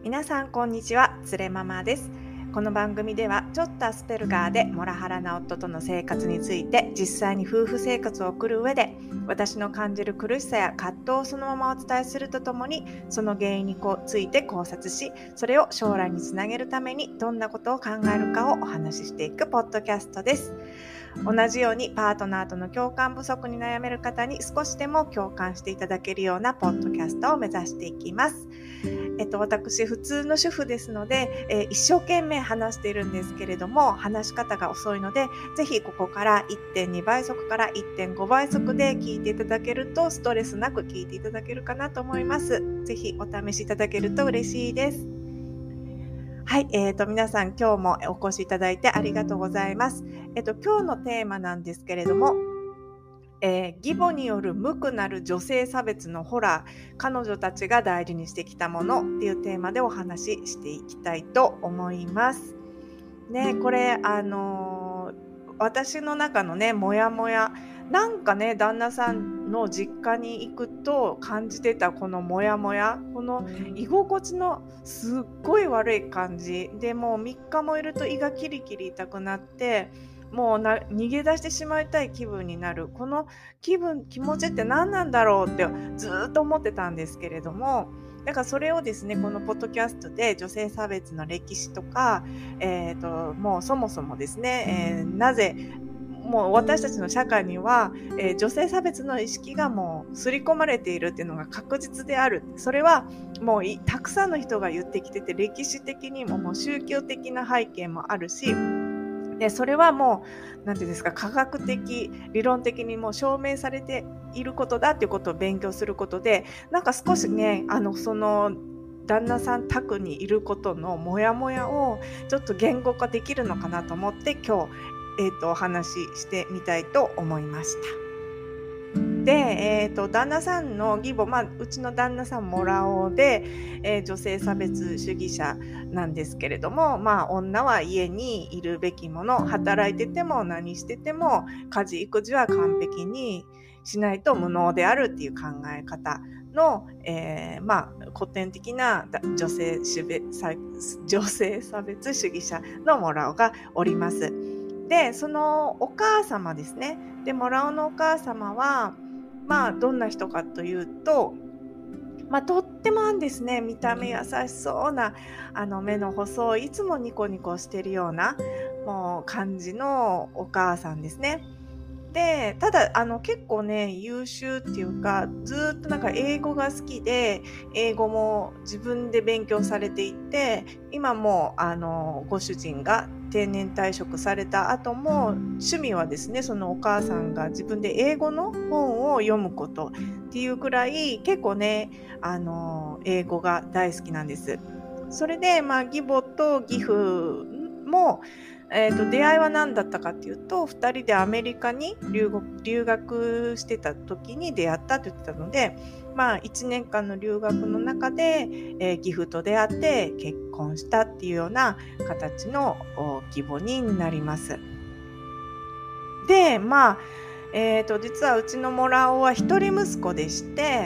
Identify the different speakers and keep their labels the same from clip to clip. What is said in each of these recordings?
Speaker 1: 皆さんこんにちは、つれママです。この番組ではちょっとアスペルガーでモラハラな夫との生活について、実際に夫婦生活を送る上で私の感じる苦しさや葛藤をそのままお伝えするとともに、その原因について考察し、それを将来につなげるためにどんなことを考えるかをお話ししていくポッドキャストです。同じようにパートナーとの共感不足に悩める方に少しでも共感していただけるようなポッドキャストを目指していきます。私普通の主婦ですので、一生懸命話しているんですけれども、話し方が遅いので、ぜひここから 1.2 倍速から 1.5 倍速で聞いていただけるとストレスなく聞いていただけるかなと思います。ぜひお試しいただけると嬉しいです。はい、皆さん今日もお越しいただいてありがとうございます。今日のテーマなんですけれども、義母による無垢なる女性差別のホラー、彼女たちが大事にしてきたものっていうテーマでお話ししていきたいと思います。ね、これ私の中のね、モヤモヤ、なんかね、旦那さんの実家に行くと感じてたこのモヤモヤ、この居心地のすっごい悪い感じで、もう3日もいると胃がキリキリ痛くなって、もう逃げ出してしまいたい気分になる。この気持ちって何なんだろうってずっと思ってたんですけれども、だからそれをですね、このポッドキャストで女性差別の歴史とか、もうそもそもですね、なぜもう私たちの社会には、女性差別の意識がもう刷り込まれているっていうのが確実である。それはもうたくさんの人が言ってきてて、歴史的にももう宗教的な背景もあるし、でそれはもうなんていうんですか、科学的理論的にもう証明されていることだっていうことを勉強することで、なんか少しね、その旦那さん宅にいることのモヤモヤをちょっと言語化できるのかなと思って今日、お話ししてみたいと思いました。で、旦那さんの義母、うちの旦那さんモラオで、女性差別主義者なんですけれども、女は家にいるべきもの、働いてても何してても家事育児は完璧にしないと無能であるっていう考え方の、古典的な女性差別主義者のモラオがおります。で、そのお母様ですね。で、モラオのお母様は、どんな人かというと、とってもですね、見た目優しそうな、目の細い、いつもニコニコしてるような、もう感じのお母さんですね。で、ただ、結構ね、優秀っていうか、ずっとなんか英語が好きで、英語も自分で勉強されていて、今も、ご主人が定年退職された後も、趣味はですね、そのお母さんが自分で英語の本を読むことっていうくらい、結構ね、英語が大好きなんです。それで、義母と義父も、出会いは何だったかっていうと、2人でアメリカに留学してた時に出会ったって言ってたので、1年間の留学の中で、義父と出会って結婚したっていうような形の義母になります。で、実はうちのモラオは一人息子でして、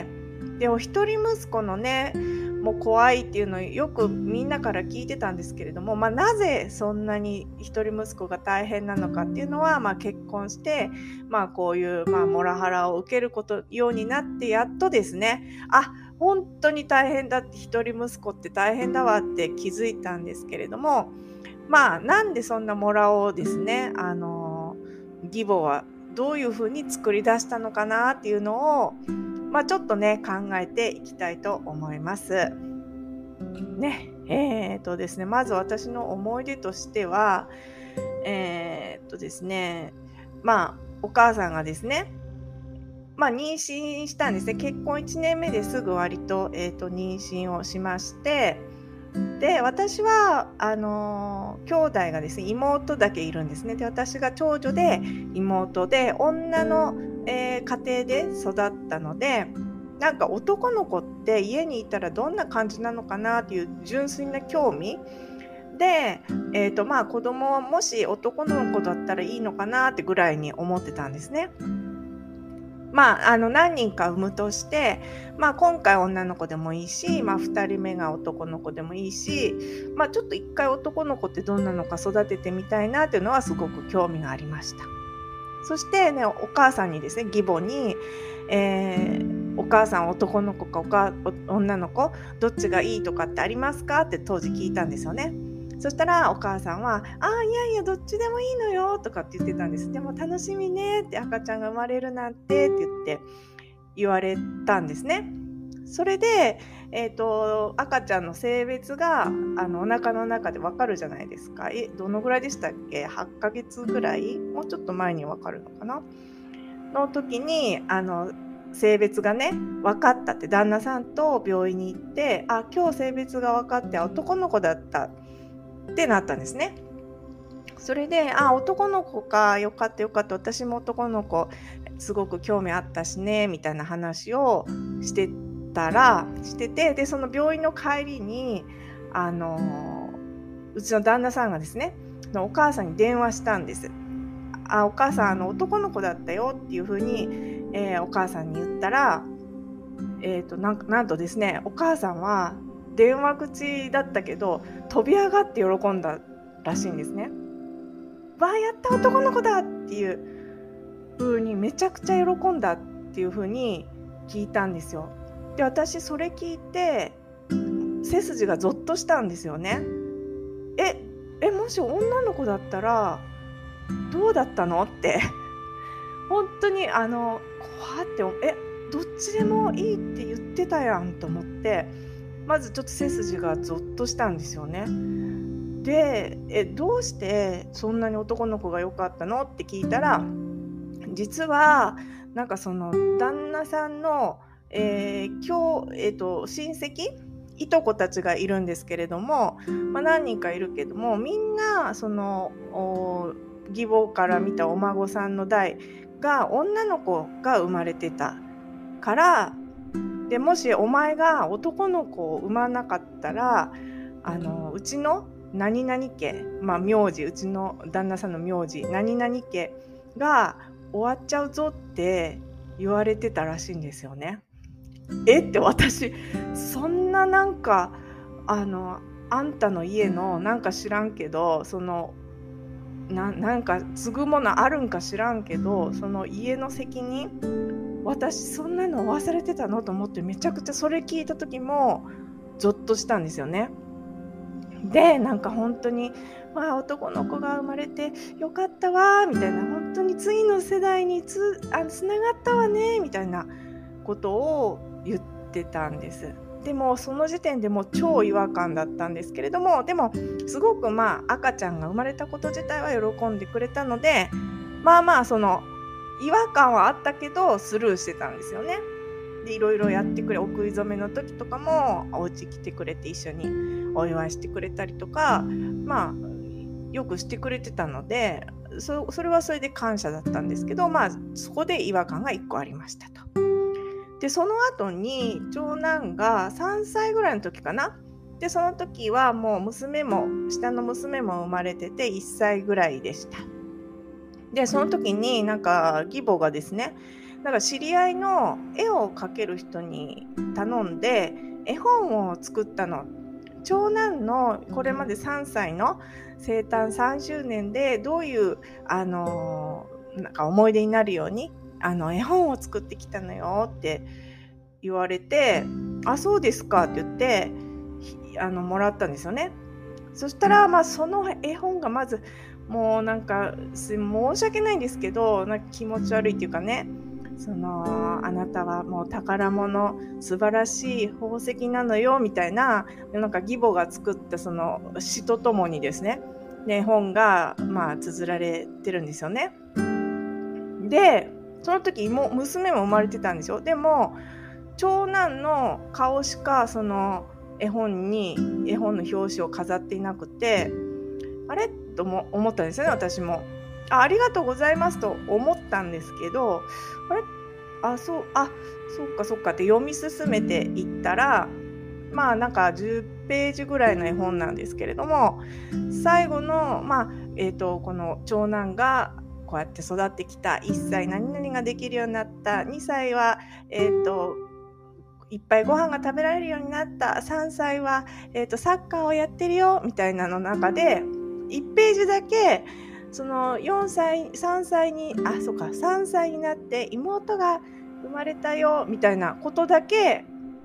Speaker 1: で、お一人息子のね、もう怖いっていうのをよくみんなから聞いてたんですけれども、なぜそんなに一人息子が大変なのかっていうのは、結婚して、こういう、モラハラを受けることようになってやっとですね、本当に大変だって、一人息子って大変だわって気づいたんですけれども、なんでそんなモラオをですね、義母はどういうふうに作り出したのかなっていうのを、ちょっとね、考えていきたいと思います。ね、ですね、まず私の思い出としては、ですね、お母さんがですね、妊娠したんですね。結婚1年目ですぐ割と、妊娠をしまして、で、私は、兄弟がですね、妹だけいるんですね。で、私が長女で妹で、女の、家庭で育ったので、なんか男の子って家にいたらどんな感じなのかなっていう純粋な興味で、子供はもし男の子だったらいいのかなってぐらいに思ってたんですね。 何人か産むとして、今回女の子でもいいし、2人目が男の子でもいいし、ちょっと一回男の子ってどんなのか育ててみたいなっていうのはすごく興味がありました。そしてね、お母さんにですね、義母に、お母さん男の子か女の子どっちがいいとかってありますかって当時聞いたんですよね。そしたらお母さんは、いやどっちでもいいのよとかって言ってたんです。でも楽しみねって、赤ちゃんが生まれるなんてって言われたんですね。それで、赤ちゃんの性別がお腹の中でわかるじゃないですか。どのぐらいでしたっけ？8ヶ月ぐらい？もうちょっと前にわかるのかな？の時に性別がね分かったって旦那さんと病院に行って、今日性別が分かって男の子だったってなったんですね。それで男の子か、よかった私も男の子すごく興味あったしねみたいな話をしてて、でその病院の帰りにうちの旦那さんがですねお母さんに電話したんです。お母さん男の子だったよっていうふうに、お母さんに言ったら、なんとですね、お母さんは電話口だったけど飛び上がって喜んだらしいんですね。やった男の子だっていう風にめちゃくちゃ喜んだっていう風に聞いたんですよ。で、私それ聞いて背筋がゾッとしたんですよね。もし女の子だったらどうだったのって本当に怖ってどっちでもいいって言ってたやんと思って、まずちょっと背筋がゾッとしたんですよね。でどうしてそんなに男の子が良かったのって聞いたら、実はなんかその旦那さんの、親戚いとこたちがいるんですけれども、何人かいるけどもみんなその義母から見たお孫さんの代が女の子が生まれてたから、でもしお前が男の子を産まなかったらうちの何々家、名字、うちの旦那さんの名字何々家が終わっちゃうぞって言われてたらしいんですよね。って私そんななんかあんたの家のなんか知らんけどなんか継ぐものあるんか知らんけど、その家の責任私そんなの忘れてたのと思って、めちゃくちゃそれ聞いた時もゾッとしたんですよね。でなんか本当に男の子が生まれてよかったわみたいな、本当に次の世代につながったわねみたいなことを言ってたんです。でもその時点でもう超違和感だったんですけれども、でもすごく赤ちゃんが生まれたこと自体は喜んでくれたので、その違和感はあったけどスルーしてたんですよね。でいろいろやってくれ、お食い初めの時とかもお家来てくれて一緒にお祝いしてくれたりとかよくしてくれてたので、それはそれで感謝だったんですけど、そこで違和感が1個ありましたと。でその後に長男が3歳ぐらいの時かな。でその時はもう下の娘も生まれてて1歳ぐらいでした。でその時になんか義母がですね、なんか知り合いの絵を描ける人に頼んで絵本を作ったの。長男のこれまで3歳の生誕3周年でどういうなんか思い出になるように絵本を作ってきたのよって言われて、そうですかって言ってもらったんですよね。そしたらその絵本がまずもうなんか申し訳ないんですけど、なんか気持ち悪いっていうかね、あなたはもう宝物、素晴らしい宝石なのよみたいな、なんか義母が作ったその詩とともにですね、絵本が綴られてるんですよね。でその時娘も生まれてたんですよ。でも長男の顔しかその絵本の表紙を飾っていなくて、あれとも思ったんですよね。私もありがとうございますと思ったんですけど、そうかって読み進めていったら、なんか10ページぐらいの絵本なんですけれども、最後のこの長男がこうやって育ってきた、1歳何々ができるようになった、2歳はいっぱいご飯が食べられるようになった、3歳は、サッカーをやってるよみたいなの中で1ページだけその3歳になって妹が生まれたよみたいなことだけ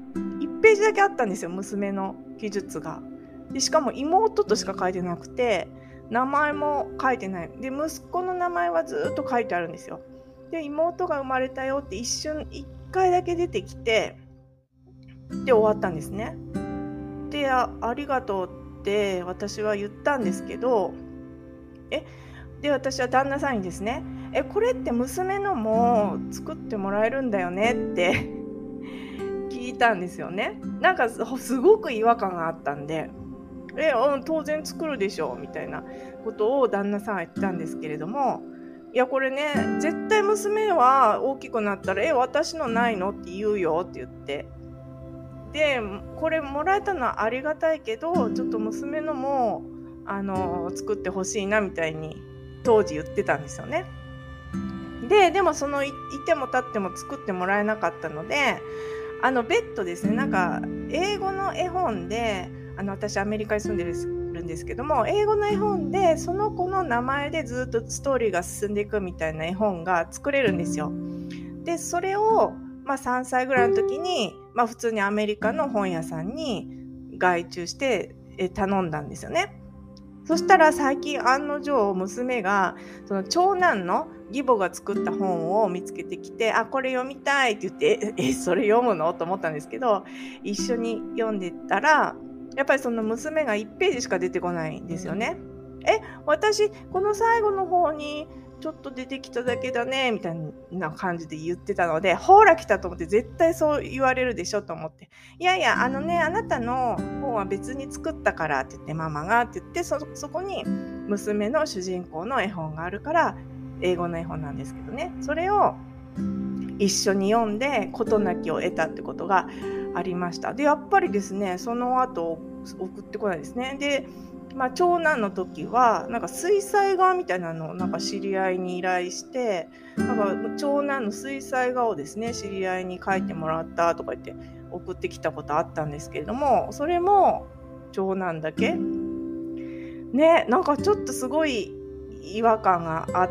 Speaker 1: 1ページだけあったんですよ、娘の記述が。でしかも妹としか書いてなくて、名前も書いてない。で息子の名前はずっと書いてあるんですよ。で妹が生まれたよって一瞬1回だけ出てきて、で終わったんですね。で ありがとうって私は言ったんですけど、で私は旦那さんにですね、これって娘のも作ってもらえるんだよねって聞いたんですよね。なんかすごく違和感があったんで、当然作るでしょみたいなことを旦那さんは言ったんですけれども、いやこれね、絶対娘は大きくなったら私のないのって言うよって言って、でこれもらえたのはありがたいけど、ちょっと娘のも作ってほしいなみたいに当時言ってたんですよね。でもそのいても立っても作ってもらえなかったので、別途ですね、なんか英語の絵本で、私アメリカに住んでるんですけども、英語の絵本でその子の名前でずっとストーリーが進んでいくみたいな絵本が作れるんですよ。でそれを、3歳ぐらいの時に、普通にアメリカの本屋さんに外注して頼んだんですよね。そしたら最近案の定娘がその長男の義母が作った本を見つけてきて、これ読みたいって言って、それ読むのと思ったんですけど、一緒に読んでたらやっぱりその娘が1ページしか出てこないんですよね。私この最後の方にちょっと出てきただけだねみたいな感じで言ってたので、ほら来たと思って、絶対そう言われるでしょと思って、いやいやあなたの本は別に作ったからって言って、ママがって言って、そこに娘の主人公の絵本があるから、英語の絵本なんですけどね、それを一緒に読んで事なきを得たってことがありました。でやっぱりですね、その後送ってこないですね。で長男の時はなんか水彩画みたいなのをなんか知り合いに依頼して、なんか長男の水彩画をですね知り合いに描いてもらったとか言って送ってきたことあったんですけれども、それも長男だけね、なんかちょっとすごい違和感があって、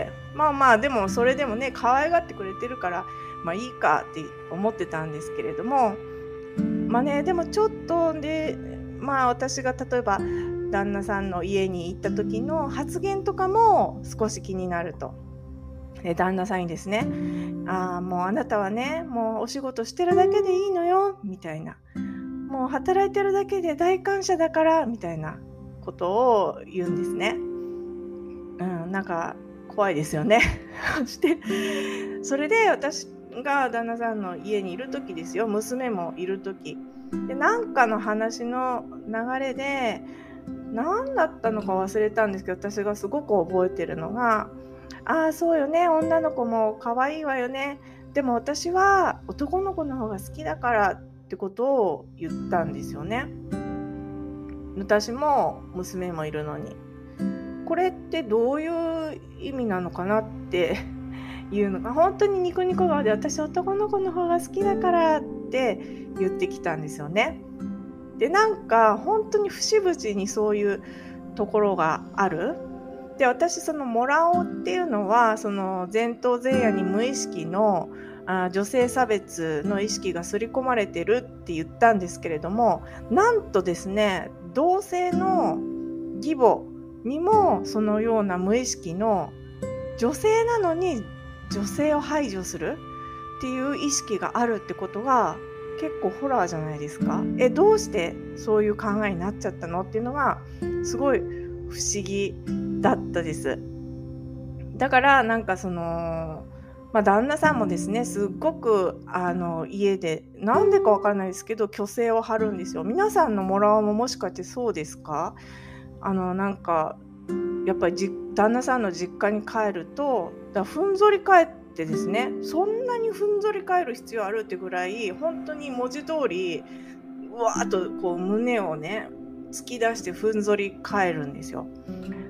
Speaker 1: でもそれでもね可愛がってくれてるからいいかって思ってたんですけれども、でもちょっとで私が例えば旦那さんの家に行った時の発言とかも少し気になると。旦那さんにですね、もうあなたはね、もうお仕事してるだけでいいのよみたいな、もう働いてるだけで大感謝だからみたいなことを言うんですね。なんか怖いですよね。それで私が旦那さんの家にいる時ですよ、娘もいる時で、なんかの話の流れで何だったのか忘れたんですけど、私がすごく覚えてるのが、そうよね、女の子も可愛いわよね、でも私は男の子の方が好きだからってことを言ったんですよね。私も娘もいるのに、これってどういう意味なのかなっていうのが、本当にニコニコ顔で、私男の子の方が好きだからって言ってきたんですよね。でなんか本当に節々にそういうところがある。で私そのもらおうっていうのは、その前頭前野に無意識の女性差別の意識が刷り込まれてるって言ったんですけれども、なんとですね、同性の義母にもそのような無意識の、女性なのに女性を排除するっていう意識があるってことが結構ホラーじゃないですか。どうしてそういう考えになっちゃったのっていうのがすごい不思議だったです。だからなんかその、旦那さんもですね、すっごく家でなんでかわからないですけど虚勢を張るんですよ。皆さんのもらおももしかしてそうですか？なんかやっぱり旦那さんの実家に帰るとふんぞり返ってですね、そんなにふんぞり返る必要あるってぐらい本当に文字通りうわーっとこう胸をね突き出してふんぞり返るんですよ。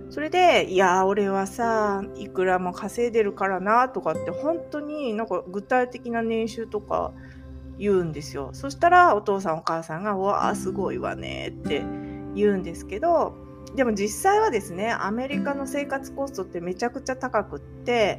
Speaker 1: それで、いや俺はさいくらも稼いでるからなとかって本当になんか具体的な年収とか言うんですよ。そしたらお父さんお母さんがうわーすごいわねって言うんですけど、でも実際はですね、アメリカの生活コストってめちゃくちゃ高くって、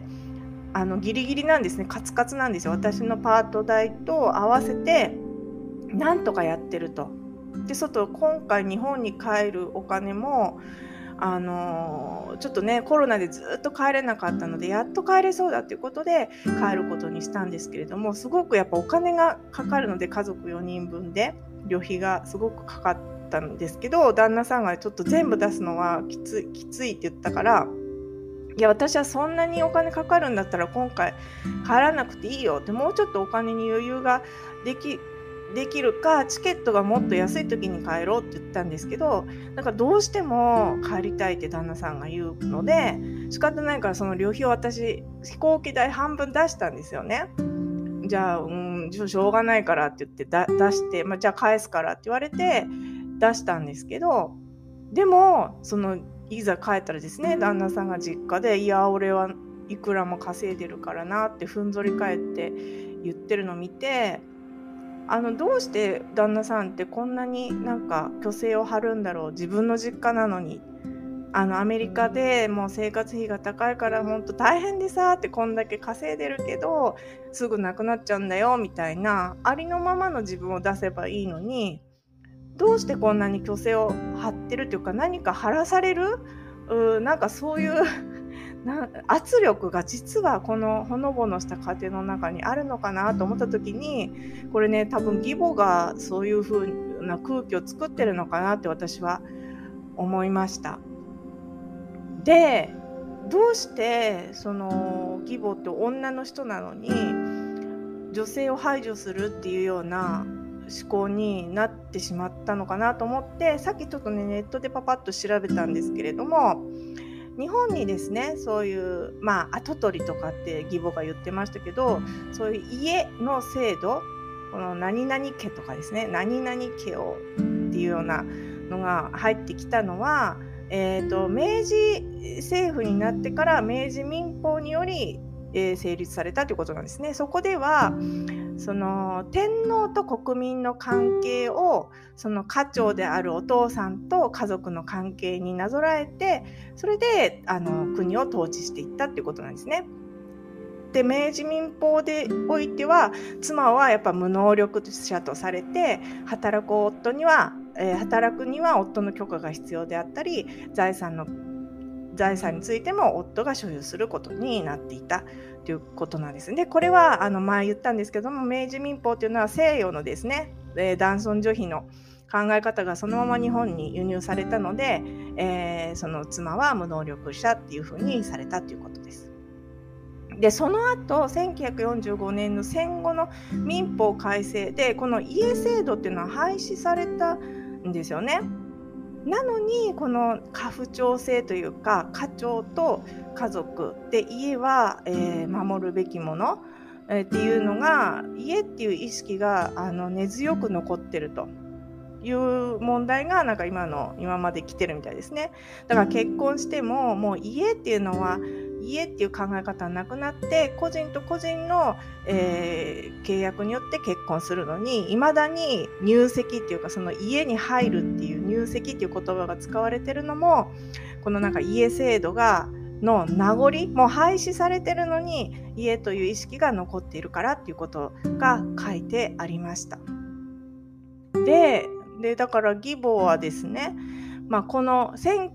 Speaker 1: ギリギリなんですね。カツカツなんですよ。私のパート代と合わせてなんとかやってると。で、今回日本に帰るお金もちょっとねコロナでずっと帰れなかったのでやっと帰れそうだということで帰ることにしたんですけれども、すごくやっぱお金がかかるので、家族4人分で旅費がすごくかかったんですけど、旦那さんがちょっと全部出すのはきついって言ったから、いや私はそんなにお金かかるんだったら今回帰らなくていいよって、もうちょっとお金に余裕ができるか、チケットがもっと安い時に帰ろうって言ったんですけど、なんかどうしても帰りたいって旦那さんが言うので、仕方ないからその旅費を私飛行機代半分出したんですよね。じゃあしょうがないからって言って出して、じゃあ返すからって言われて出したんですけど、でもいざ帰ったらですね、旦那さんが実家でいや俺はいくらも稼いでるからなってふんぞり返って言ってるのを見て、どうして旦那さんってこんなになんか虚勢を張るんだろう。自分の実家なのにアメリカでもう生活費が高いから本当大変でさって、こんだけ稼いでるけどすぐなくなっちゃうんだよみたいな、ありのままの自分を出せばいいのに、どうしてこんなに虚勢を張ってるというか、何か張らされるなんかそういう圧力が実はこのほのぼのした家庭の中にあるのかなと思った時に、これね多分義母がそういう風な空気を作ってるのかなって私は思いました。で、どうしてその義母って女の人なのに女性を排除するっていうような思考になってしまったのかなと思って、さっきちょっとねネットでパパッと調べたんですけれども、日本にですねそういう跡取りとかって義母が言ってましたけど、そういう家の制度、この何々家とかですね、何々家をっていうようなのが入ってきたのは、明治政府になってから明治民法により、成立されたということなんですね。そこではその天皇と国民の関係をその家長であるお父さんと家族の関係になぞらえて、それで国を統治していったっていうことなんですね。で、明治民法でおいては妻はやっぱ無能力者とされて、働くには夫の許可が必要であったり、財産についても夫が所有することになっていたということなんです。で、これは前言ったんですけども、明治民法というのは西洋のですね、男尊女卑の考え方がそのまま日本に輸入されたので、その妻は無能力者っていうふうにされたということです。で、その後1945年の戦後の民法改正でこの家制度っていうのは廃止されたんですよね。なのにこの家父長制というか、家長と家族で家は、守るべきもの、っていうのが、家っていう意識が根強く残ってるという問題がなんか今まで来てるみたいですね。だから結婚してももう家っていう考え方はなくなって、個人と個人の、契約によって結婚するのに、未だに入籍っていうか、その家に入るっていう入籍っていう言葉が使われてるのも、このなんか家制度の名残、もう廃止されてるのに家という意識が残っているからっていうことが書いてありました。でだから義母はですね、この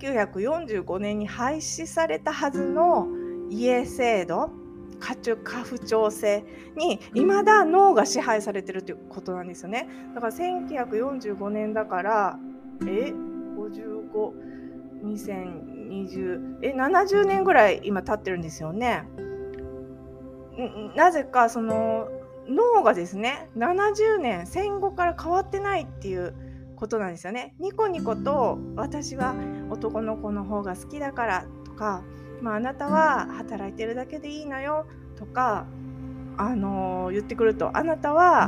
Speaker 1: 1945年に廃止されたはずの家制度、家父長制に未だ脳が支配されてるということなんですよね。だから1945年だから55、2020、70年ぐらい今経ってるんですよね。なぜかその脳がですね、70年戦後から変わってないっていうことなんですよね。ニコニコと私は男の子の方が好きだからとか、あなたは働いてるだけでいいのよとか、言ってくると、あなたは、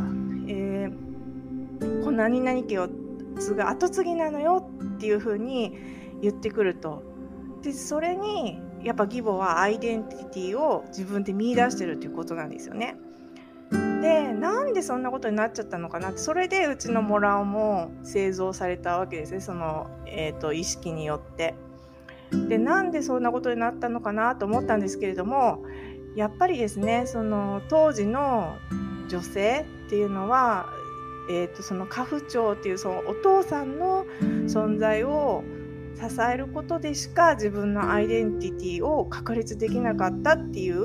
Speaker 1: こんなに何家を継ぐ後継ぎなのよっていう風に言ってくると、 でそれにやっぱ義母はアイデンティティを自分で見出してるっていうことなんですよね。でなんでそんなことになっちゃったのかなって、それでうちのモラオも製造されたわけですね、その、意識によって。でなんでそんなことになったのかなと思ったんですけれども、やっぱりですね、その当時の女性っていうのは、その家父長っていうそのお父さんの存在を支えることでしか自分のアイデンティティを確立できなかったっていう、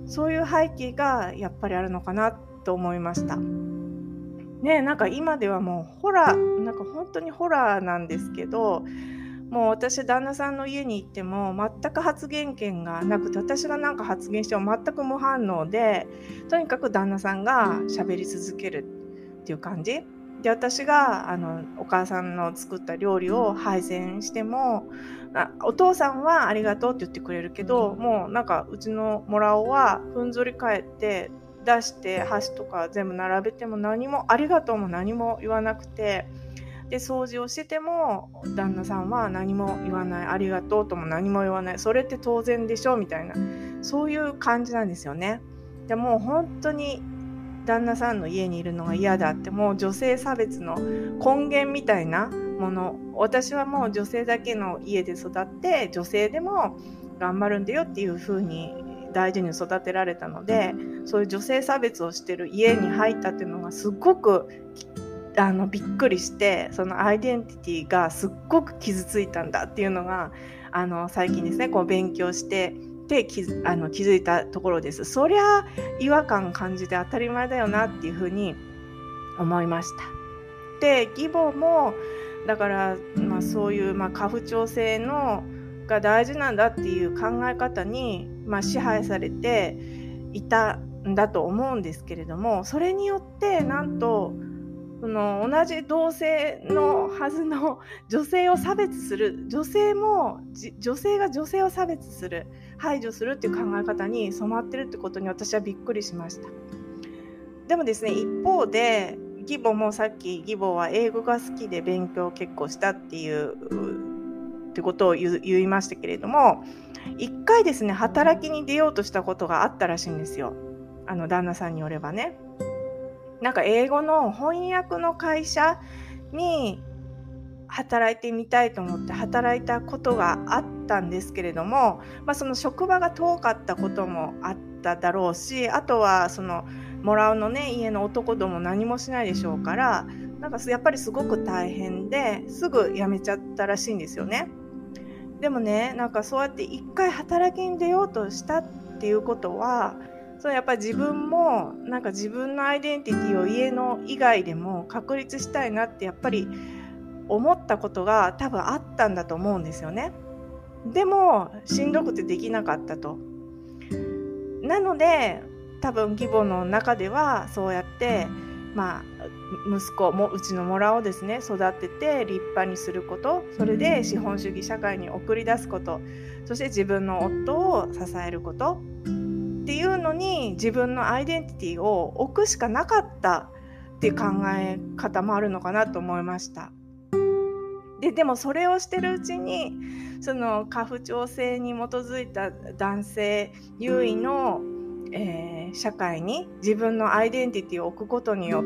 Speaker 1: そういう背景がやっぱりあるのかなと思いました。ね、なんか今ではもうホラー、なんか本当にホラーなんですけど、もう私旦那さんの家に行っても全く発言権がなくて、私がなんか発言しても全く無反応で、とにかく旦那さんが喋り続けるっていう感じで、私がお母さんの作った料理を配膳しても、お父さんはありがとうって言ってくれるけど、もうなんかうちのモラオはふんぞり返って出して箸とか全部並べても何もありがとうも何も言わなくて、で掃除をしてても旦那さんは何も言わない、ありがとうとも何も言わない、それって当然でしょみたいな、そういう感じなんですよね。でもう本当に旦那さんの家にいるのが嫌だって、もう女性差別の根源みたいなもの、私はもう女性だけの家で育って女性でも頑張るんだよっていう風に大事に育てられたので、そういう女性差別をしてる家に入ったっていうのがすごくびっくりして、そのアイデンティティがすっごく傷ついたんだっていうのが最近ですね、こう勉強してで気づいたところです。そりゃ違和感感じて当たり前だよなっていうふうに思いました。で義母もだから、そういう、家父長制のが大事なんだっていう考え方に、支配されていたんだと思うんですけれども、それによってなんとその同じ同性のはずの女性を差別する、女性が女性を差別する、排除するっていう考え方に染まってるってことに私はびっくりしました。でもですね、一方で義母も、さっき義母は英語が好きで勉強を結構したってことを言いましたけれども、一回ですね働きに出ようとしたことがあったらしいんですよ。旦那さんによればね、なんか英語の翻訳の会社に働いてみたいと思って働いたことがあったんですけれども、その職場が遠かったこともあっただろうし、あとはそのモラオのね家の男ども何もしないでしょうから、なんかやっぱりすごく大変ですぐ辞めちゃったらしいんですよね。でもね、なんかそうやって一回働きに出ようとしたっていうことは、それやっぱり自分もなんか自分のアイデンティティを家の以外でも確立したいなってやっぱり思ったことが多分あったんだと思うんですよね。でもしんどくてできなかったと。なので多分義母の中ではそうやって息子もうちのモラをですね育てて立派にすること、それで資本主義社会に送り出すこと、そして自分の夫を支えることっていうのに自分のアイデンティティを置くしかなかったっていう考え方もあるのかなと思いました。でもそれをしてるうちに、その家父長制に基づいた男性優位の、社会に自分のアイデンティティを置くことによって、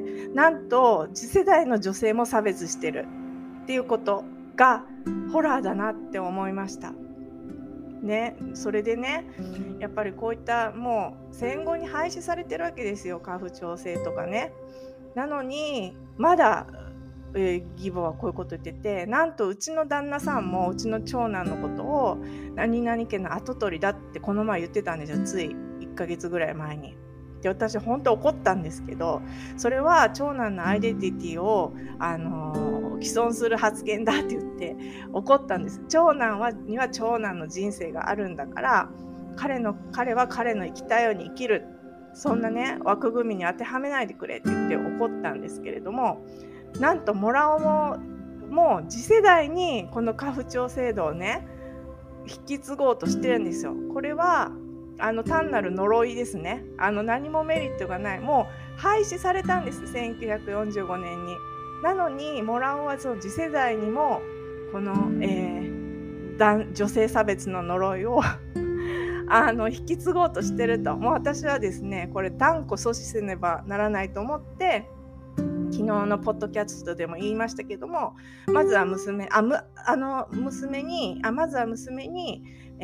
Speaker 1: なんと次世代の女性も差別してるっていうことがホラーだなって思いましたね。それでね、やっぱりこういったもう戦後に廃止されてるわけですよ、家父長制とかね。なのにまだ義母はこういうこと言ってて、なんとうちの旦那さんもうちの長男のことを何々家の跡取りだってこの前言ってたんですよ、つい1ヶ月ぐらい前に。で私本当怒ったんですけど、それは長男のアイデンティティを毀損する発言だって言って怒ったんです。長男には長男の人生があるんだから、彼は彼の生きたいように生きる、そんなね枠組みに当てはめないでくれって言って怒ったんですけれども、なんとモラオもう次世代にこの家父長制度をね引き継ごうとしてるんですよ。これは単なる呪いですね。何もメリットがない、もう廃止されたんです、1945年に。なのにモラオはその次世代にもこの、 女性差別の呪いを引き継ごうとしてると。もう私はですね、これ断固阻止せねばならないと思って、昨日のポッドキャストでも言いましたけども、まずは娘に、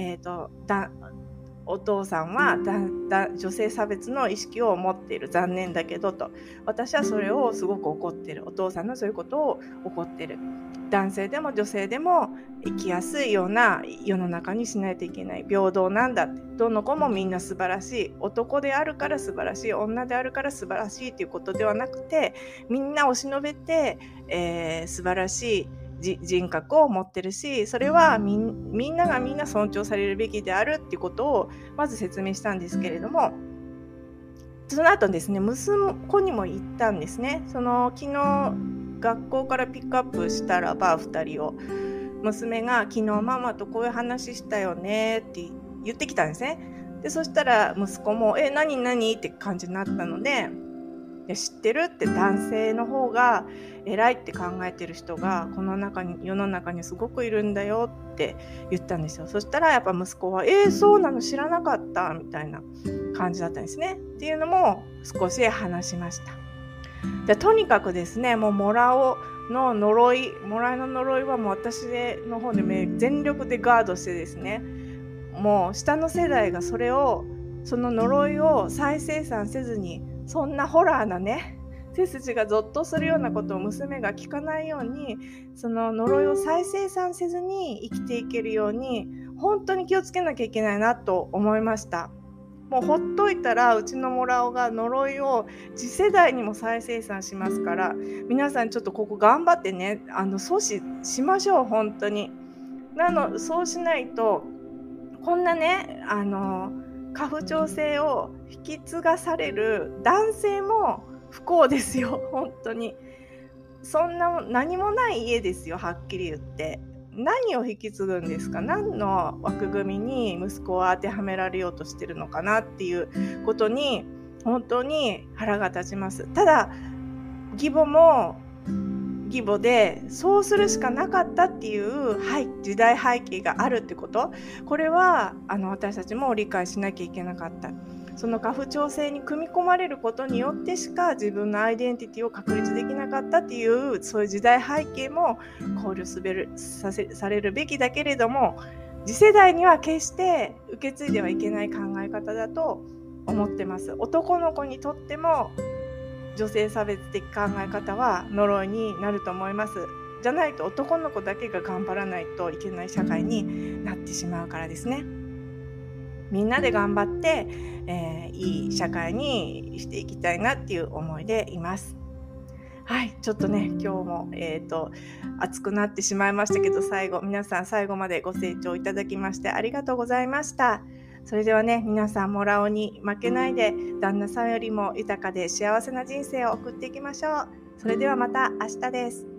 Speaker 1: お父さんは女性差別の意識を持っている、残念だけどと。私はそれをすごく怒ってる。お父さんのそういうことを怒ってる。男性でも女性でも生きやすいような世の中にしないといけない。平等なんだって。どの子もみんな素晴らしい。男であるから素晴らしい。女であるから素晴らしいということではなくて、みんなをしのべて、素晴らしい人格を持ってるし、それはみんながみんな尊重されるべきであるっていうことをまず説明したんですけれども、その後ですね、娘子にも言ったんですね。昨日学校からピックアップしたらば2人を、娘が昨日ママとこういう話したよねって言ってきたんですね。でそしたら息子も何って感じになったので、知ってるって、男性の方が偉いって考えてる人が世の中にすごくいるんだよって言ったんですよ。そしたらやっぱ息子はそうなの知らなかったみたいな感じだったんですね。っていうのも少し話しました。でとにかくですね、もうモライの呪いはもう私の方で全力でガードしてですね、もう下の世代がその呪いを再生産せずに、そんなホラーなね、背筋がゾッとするようなことを娘が聞かないように、その呪いを再生産せずに生きていけるように本当に気をつけなきゃいけないなと思いました。もうほっといたらうちのモラオが呪いを次世代にも再生産しますから、皆さんちょっとここ頑張ってね、阻止しましょう。本当にそうしないと、こんなね家父長制を引き継がされる男性も不幸ですよ。本当にそんな何もない家ですよ。はっきり言って、何を引き継ぐんですか？何の枠組みに息子を当てはめられようとしてるのかなっていうことに本当に腹が立ちます。ただ義母も義母でそうするしかなかったっていう時代背景があるってこと、これは私たちも理解しなきゃいけなかった。その家父長制に組み込まれることによってしか自分のアイデンティティを確立できなかったっていう、そういう時代背景も考慮されるべきだけれども、次世代には決して受け継いではいけない考え方だと思ってます。男の子にとっても女性差別的考え方は呪いになると思います。じゃないと男の子だけが頑張らないといけない社会になってしまうからですね。みんなで頑張って、いい社会にしていきたいなっていう思いでいます。はい、ちょっとね今日も熱くなってしまいましたけど、皆さん最後までご清聴いただきましてありがとうございました。それではね、皆さんモラオに負けないで、旦那さんよりも豊かで幸せな人生を送っていきましょう。それではまた明日です。